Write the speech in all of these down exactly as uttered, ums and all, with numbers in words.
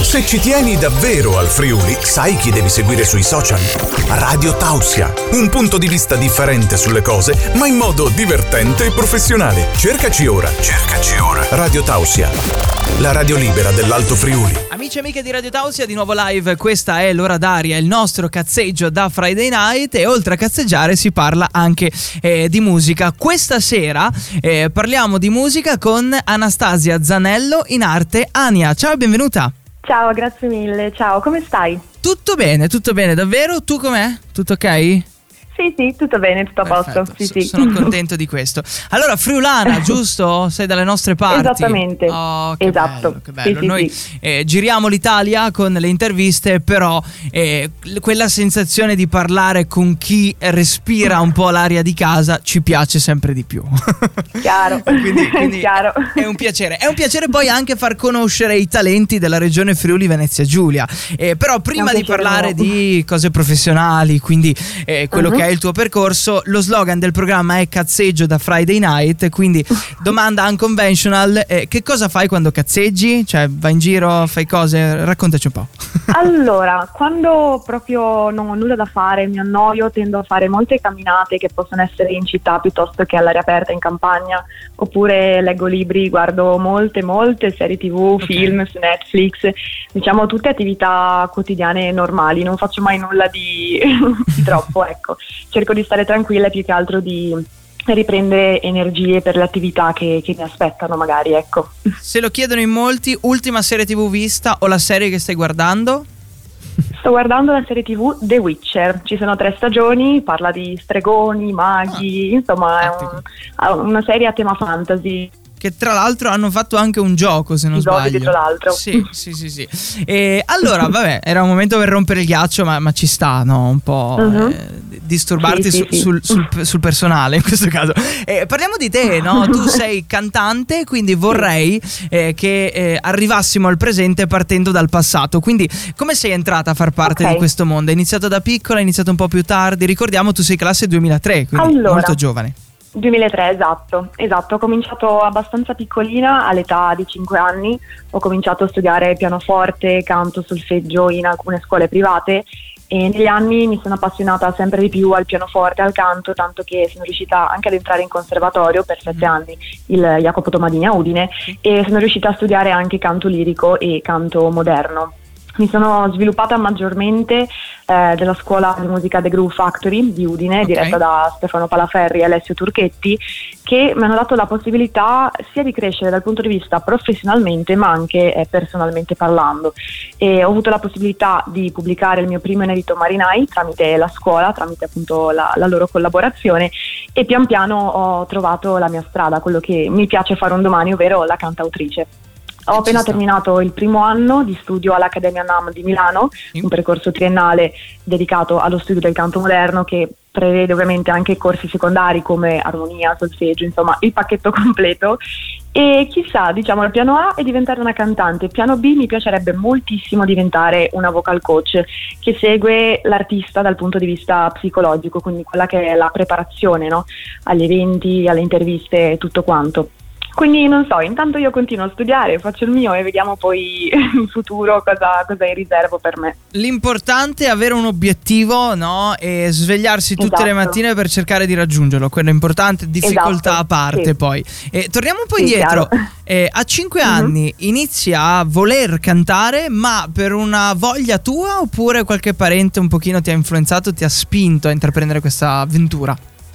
Se ci tieni davvero al Friuli, sai chi devi seguire sui social? Radio Tausia, un punto di vista differente sulle cose, ma in modo divertente e professionale. Cercaci ora, cercaci ora. Radio Tausia, la radio libera dell'Alto Friuli. Amici e amiche di Radio Tausia, di nuovo live, questa è l'ora d'aria, il nostro cazzeggio da Friday Night, e oltre a cazzeggiare si parla anche eh, di musica. Questa sera eh, parliamo di musica con Anastasia Zanello, in arte Ania. Ciao e benvenuta. Ciao, grazie mille. Ciao, come stai? Tutto bene, tutto bene, davvero? Tu com'è? Tutto ok? Sì, sì, tutto bene, tutto a Perfetto. posto. Sì, S- sì. Sono contento di questo. Allora, friulana, giusto? Sei dalle nostre parti? Esattamente. Oh, che esatto. bello, che bello. Sì, Noi sì, eh, giriamo l'Italia con le interviste, però eh, quella sensazione di parlare con chi respira un po' l'aria di casa ci piace sempre di più. Chiaro. quindi, quindi Chiaro. È un piacere. È un piacere poi anche far conoscere i talenti della regione Friuli Venezia Giulia. Eh, però prima di parlare nuovo. di cose professionali, quindi eh, quello uh-huh. che è il tuo percorso, lo slogan del programma è cazzeggio da Friday Night, quindi domanda unconventional, eh, che cosa fai quando cazzeggi? Cioè vai in giro, fai cose, raccontaci un po'. Allora, quando proprio non ho nulla da fare, mi annoio, tendo a fare molte camminate che possono essere in città piuttosto che all'aria aperta in campagna, oppure leggo libri, guardo molte molte serie tv, okay. film su Netflix, diciamo tutte attività quotidiane normali, non faccio mai nulla di, di troppo, ecco. Cerco di stare tranquilla e più che altro di riprendere energie per le attività che, che mi aspettano magari, ecco. Se lo chiedono in molti, ultima serie tv vista o la serie che stai guardando? Sto guardando la serie tv The Witcher, ci sono tre stagioni, parla di stregoni, maghi, ah, insomma è un, una serie a tema fantasy. Che tra l'altro hanno fatto anche un gioco, se non I sbaglio. Tra l'altro. Sì, sì, sì, sì. E allora, vabbè, era un momento per rompere il ghiaccio, ma, ma ci sta, no? Un po' uh-huh. eh, disturbarti sì, su, sì, sul, sì. sul, sul personale in questo caso. Eh, parliamo di te, no? Tu sei cantante, quindi vorrei eh, che eh, arrivassimo al presente partendo dal passato. Quindi, come sei entrata a far parte okay. di questo mondo? Hai iniziato da piccola, hai iniziato un po' più tardi? Ricordiamo, tu sei classe duemilatré, quindi allora. molto giovane. duemilatré, esatto, esatto, ho cominciato abbastanza piccolina, all'età di cinque anni, ho cominciato a studiare pianoforte, canto, solfeggio in alcune scuole private e negli anni mi sono appassionata sempre di più al pianoforte, al canto, tanto che sono riuscita anche ad entrare in conservatorio per sette mm. anni, il Jacopo Tomadini a Udine, mm. e sono riuscita a studiare anche canto lirico e canto moderno. Mi sono sviluppata maggiormente eh, della scuola di musica The Groove Factory di Udine, okay. diretta da Stefano Palaferri e Alessio Turchetti, che mi hanno dato la possibilità sia di crescere dal punto di vista professionalmente ma anche eh, personalmente parlando. E ho avuto la possibilità di pubblicare il mio primo inedito Marinai tramite la scuola, tramite appunto la, la loro collaborazione, e pian piano ho trovato la mia strada, quello che mi piace fare un domani, ovvero la cantautrice. Ho appena terminato il primo anno di studio all'Accademia NAM di Milano, un percorso triennale dedicato allo studio del canto moderno che prevede ovviamente anche corsi secondari come armonia, solfeggio, insomma il pacchetto completo. E chissà, diciamo, il piano A è diventare una cantante, piano B mi piacerebbe moltissimo diventare una vocal coach che segue l'artista dal punto di vista psicologico, quindi quella che è la preparazione, no? Agli eventi, alle interviste, tutto quanto. Quindi non so, intanto io continuo a studiare, faccio il mio e vediamo poi in futuro cosa, cosa è in riservo per me. L'importante è avere un obiettivo, no? E svegliarsi tutte esatto. le mattine per cercare di raggiungerlo. Quello è importante, difficoltà esatto. a parte sì. poi. E torniamo un po' sì, indietro. Eh, a cinque uh-huh. anni inizi a voler cantare, ma per una voglia tua oppure qualche parente un pochino ti ha influenzato, ti ha spinto a intraprendere questa avventura?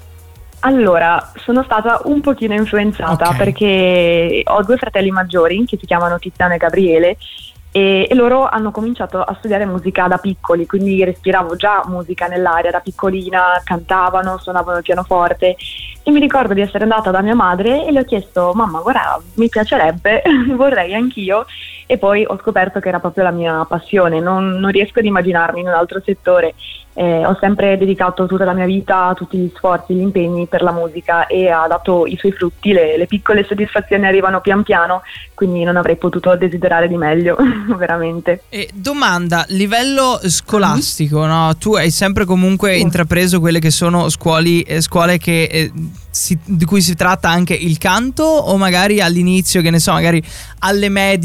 Allora, sono stata un pochino influenzata okay. perché ho due fratelli maggiori che si chiamano Tiziano e Gabriele e, e loro hanno cominciato a studiare musica da piccoli, quindi respiravo già musica nell'aria da piccolina, cantavano, suonavano il pianoforte e mi ricordo di essere andata da mia madre e le ho chiesto: mamma, guarda, mi piacerebbe, vorrei anch'io, e poi ho scoperto che era proprio la mia passione, non, non riesco ad immaginarmi in un altro settore. Eh, ho sempre dedicato tutta la mia vita, tutti gli sforzi, gli impegni per la musica e ha dato i suoi frutti, le, le piccole soddisfazioni arrivano pian piano, quindi non avrei potuto desiderare di meglio, veramente. E domanda, livello scolastico, mm-hmm. no? Tu hai sempre comunque sì. intrapreso quelle che sono scuoli, eh, scuole che... Eh, Si, di cui si tratta anche il canto, o magari all'inizio, che ne so, magari alle medie è un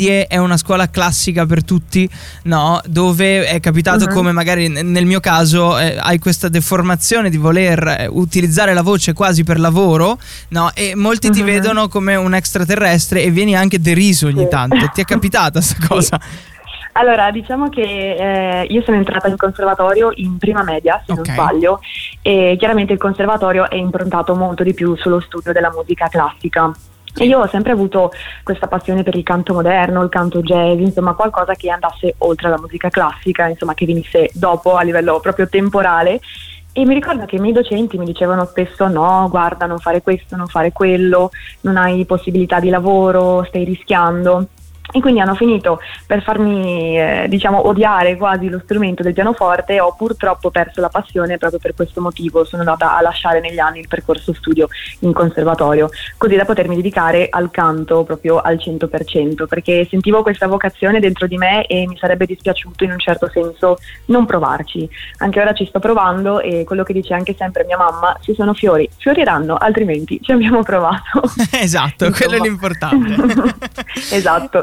una scuola classica per tutti, no? Dove è capitato uh-huh. come magari nel mio caso eh, hai questa deformazione di voler eh, utilizzare la voce quasi per lavoro, no? E molti uh-huh. ti vedono come un extraterrestre e vieni anche deriso ogni sì. tanto. Ti è capitata sta cosa? Sì. Allora, diciamo che eh, io sono entrata in conservatorio in prima media, se okay. non sbaglio, e chiaramente il conservatorio è improntato molto di più sullo studio della musica classica. E io ho sempre avuto questa passione per il canto moderno, il canto jazz, insomma qualcosa che andasse oltre la musica classica, insomma che venisse dopo a livello proprio temporale. E mi ricordo che i miei docenti mi dicevano spesso: no, guarda, non fare questo, non fare quello, non hai possibilità di lavoro, stai rischiando. E quindi hanno finito per farmi eh, diciamo odiare quasi lo strumento del pianoforte. Ho purtroppo perso la passione proprio per questo motivo. Sono andata a lasciare negli anni il percorso studio in conservatorio, così da potermi dedicare al canto proprio al cento per cento, perché sentivo questa vocazione dentro di me e mi sarebbe dispiaciuto in un certo senso non provarci. Anche ora ci sto provando e quello che dice anche sempre mia mamma: se sono fiori, fioriranno, altrimenti ci abbiamo provato. Esatto, insomma. Quello è l'importante. Esatto.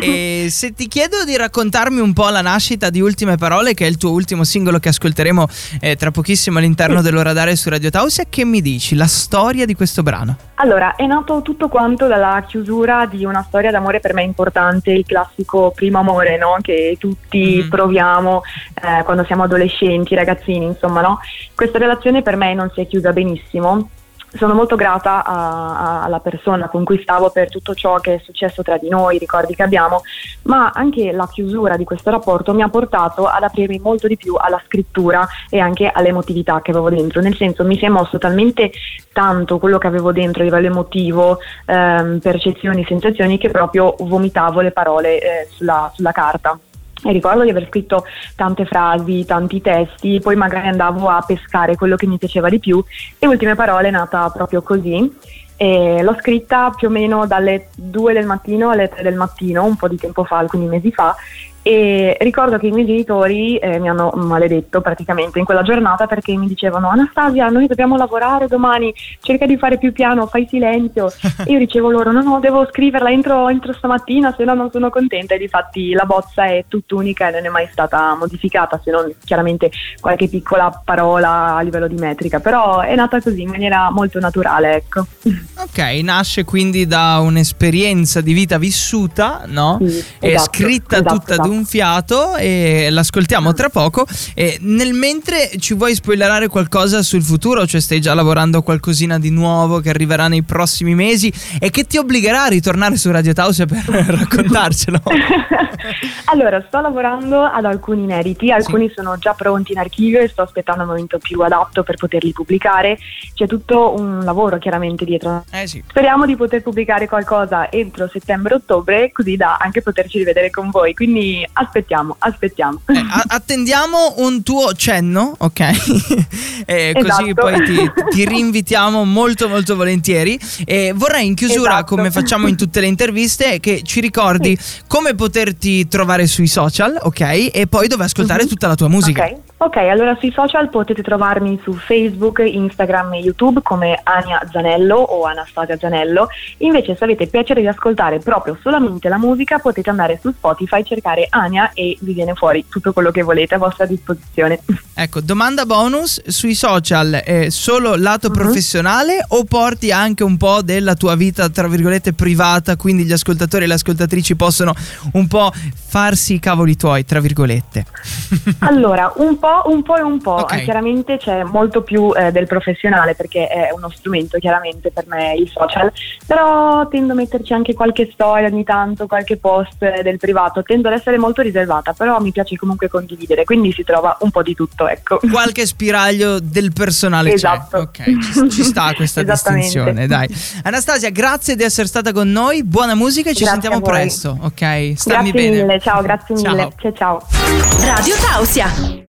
E se ti chiedo di raccontarmi un po' la nascita di Ultime Parole, che è il tuo ultimo singolo che ascolteremo eh, tra pochissimo all'interno dell'Ora d'Aria su Radio Tausia, che mi dici la storia di questo brano? Allora, è nato tutto quanto dalla chiusura di una storia d'amore per me importante, il classico primo amore, no? Che tutti mm-hmm. proviamo eh, quando siamo adolescenti, ragazzini, insomma, no? Questa relazione per me non si è chiusa benissimo. Sono molto grata a, a, alla persona con cui stavo per tutto ciò che è successo tra di noi, i ricordi che abbiamo, ma anche la chiusura di questo rapporto mi ha portato ad aprirmi molto di più alla scrittura e anche all'emotività che avevo dentro, nel senso mi si è mosso talmente tanto quello che avevo dentro a livello emotivo, ehm, percezioni, sensazioni, che proprio vomitavo le parole eh, sulla, sulla carta. E ricordo di aver scritto tante frasi, tanti testi, poi magari andavo a pescare quello che mi piaceva di più, e Ultime Parole è nata proprio così. E l'ho scritta più o meno dalle due del mattino alle tre del mattino, un po' di tempo fa, alcuni mesi fa, e ricordo che i miei genitori eh, mi hanno maledetto praticamente in quella giornata, perché mi dicevano: Anastasia, noi dobbiamo lavorare domani, cerca di fare più piano, fai silenzio. E io dicevo loro: no no, devo scriverla entro, entro stamattina, se no non sono contenta. E difatti la bozza è tutt'unica e non è mai stata modificata, se non chiaramente qualche piccola parola a livello di metrica, però è nata così in maniera molto naturale, ecco. Ok, nasce quindi da un'esperienza di vita vissuta, no? Sì, è esatto, scritta esatto, tutta esatto. d'un fiato, e l'ascoltiamo tra poco. E nel mentre ci vuoi spoilerare qualcosa sul futuro? Cioè stai già lavorando a qualcosina di nuovo che arriverà nei prossimi mesi e che ti obbligherà a ritornare su Radio Tausia per raccontarcelo? Allora, sto lavorando ad alcuni inediti, alcuni sì. sono già pronti in archivio e sto aspettando il momento più adatto per poterli pubblicare. C'è tutto un lavoro chiaramente dietro. Eh sì. Speriamo di poter pubblicare qualcosa entro settembre-ottobre, così da anche poterci rivedere con voi, quindi aspettiamo, aspettiamo. Eh, attendiamo un tuo cenno, ok? E così esatto. poi ti, ti rinvitiamo molto molto volentieri. E vorrei in chiusura, esatto. come facciamo in tutte le interviste, che ci ricordi sì. come poterti trovare sui social, ok? E poi dove ascoltare mm-hmm. tutta la tua musica. Ok. Ok, allora sui social potete trovarmi su Facebook, Instagram e YouTube come Ania Zanello o Anastasia Zanello. Invece, se avete piacere di ascoltare proprio solamente la musica, potete andare su Spotify, cercare Ania e vi viene fuori tutto quello che volete a vostra disposizione. Ecco, domanda bonus: sui social è solo lato uh-huh. professionale o porti anche un po' della tua vita tra virgolette privata, quindi gli ascoltatori e le ascoltatrici possono un po' farsi i cavoli tuoi tra virgolette? Allora, un po' un po' e un po', okay. eh, chiaramente c'è molto più eh, del professionale, perché è uno strumento chiaramente per me il social, però tendo a metterci anche qualche storia ogni tanto, qualche post eh, del privato, tendo ad essere molto riservata, però mi piace comunque condividere, quindi si trova un po' di tutto, ecco. Qualche spiraglio del personale esatto. c'è, ok, ci, ci sta questa distinzione, dai. Anastasia, grazie di essere stata con noi, buona musica e ci grazie sentiamo presto, ok? Stammi grazie bene. Mille, ciao, grazie mille, ciao ciao. Radio Tausia.